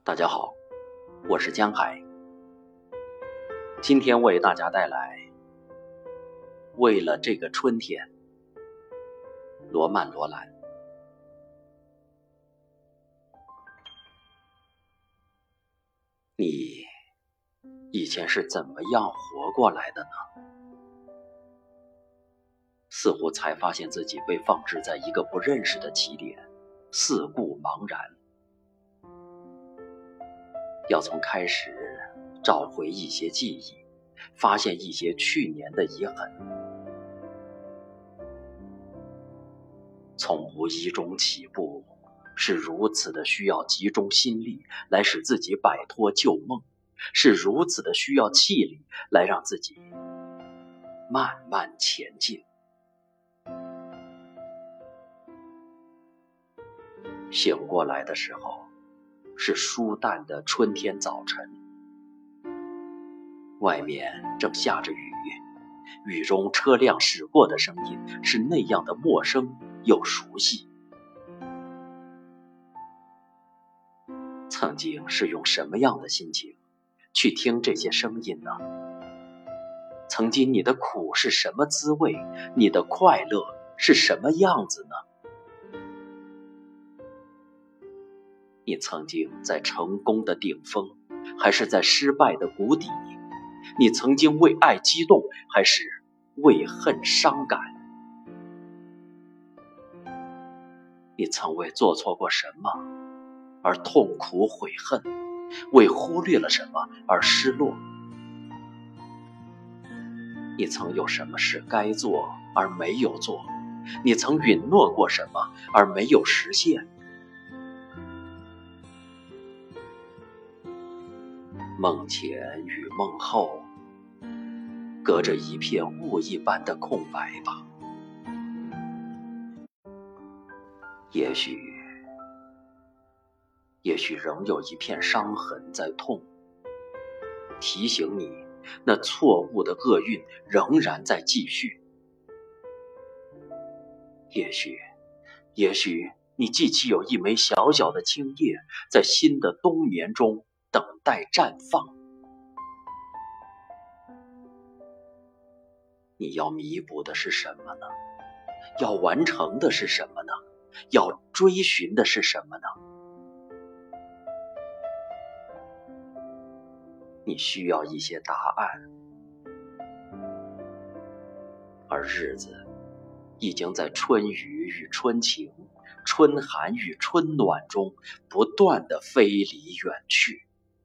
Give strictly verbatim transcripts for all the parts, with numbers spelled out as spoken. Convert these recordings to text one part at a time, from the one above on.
大家好，我是江海，今天为大家带来为了这个春天，罗曼·罗兰。你以前是怎么样活过来的呢？似乎才发现自己被放置在一个不认识的起点，四顾茫然。要从开始找回一些记忆，发现一些去年的遗憾。从无意中起步，是如此的需要集中心力来使自己摆脱旧梦，是如此的需要气力来让自己慢慢前进。醒过来的时候，是舒淡的春天早晨，外面正下着雨，雨中车辆驶过的声音是那样的陌生又熟悉。曾经是用什么样的心情去听这些声音呢？曾经你的苦是什么滋味？你的快乐是什么样子呢？你曾经在成功的顶峰，还是在失败的谷底？你曾经为爱激动，还是为恨伤感？你曾为做错过什么而痛苦悔恨？为忽略了什么而失落？你曾有什么事该做而没有做？你曾允诺过什么而没有实现？梦前与梦后，隔着一片雾一般的空白吧。也许，也许仍有一片伤痕在痛，提醒你，那错误的厄运仍然在继续。也许，也许你记起有一枚小小的青叶，在新的冬眠中等待绽放。你要弥补的是什么呢？要完成的是什么呢？要追寻的是什么呢？你需要一些答案，而日子已经在春雨与春晴、春寒与春暖中不断地飞离远去。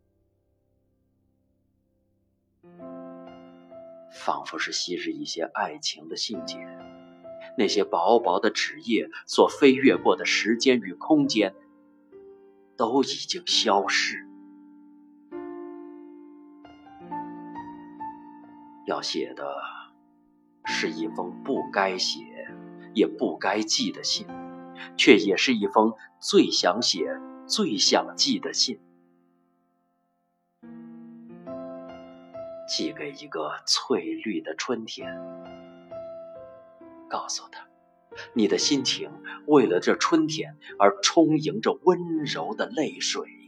仿佛是昔日一些爱情的信件，那些薄薄的纸页所飞越过的时间与空间都已经消逝。要写的是一封不该写也不该寄的信，却也是一封最想写最想寄的信。寄给一个翠绿的春天，告诉他，你的心情为了这春天而充盈着温柔的泪水。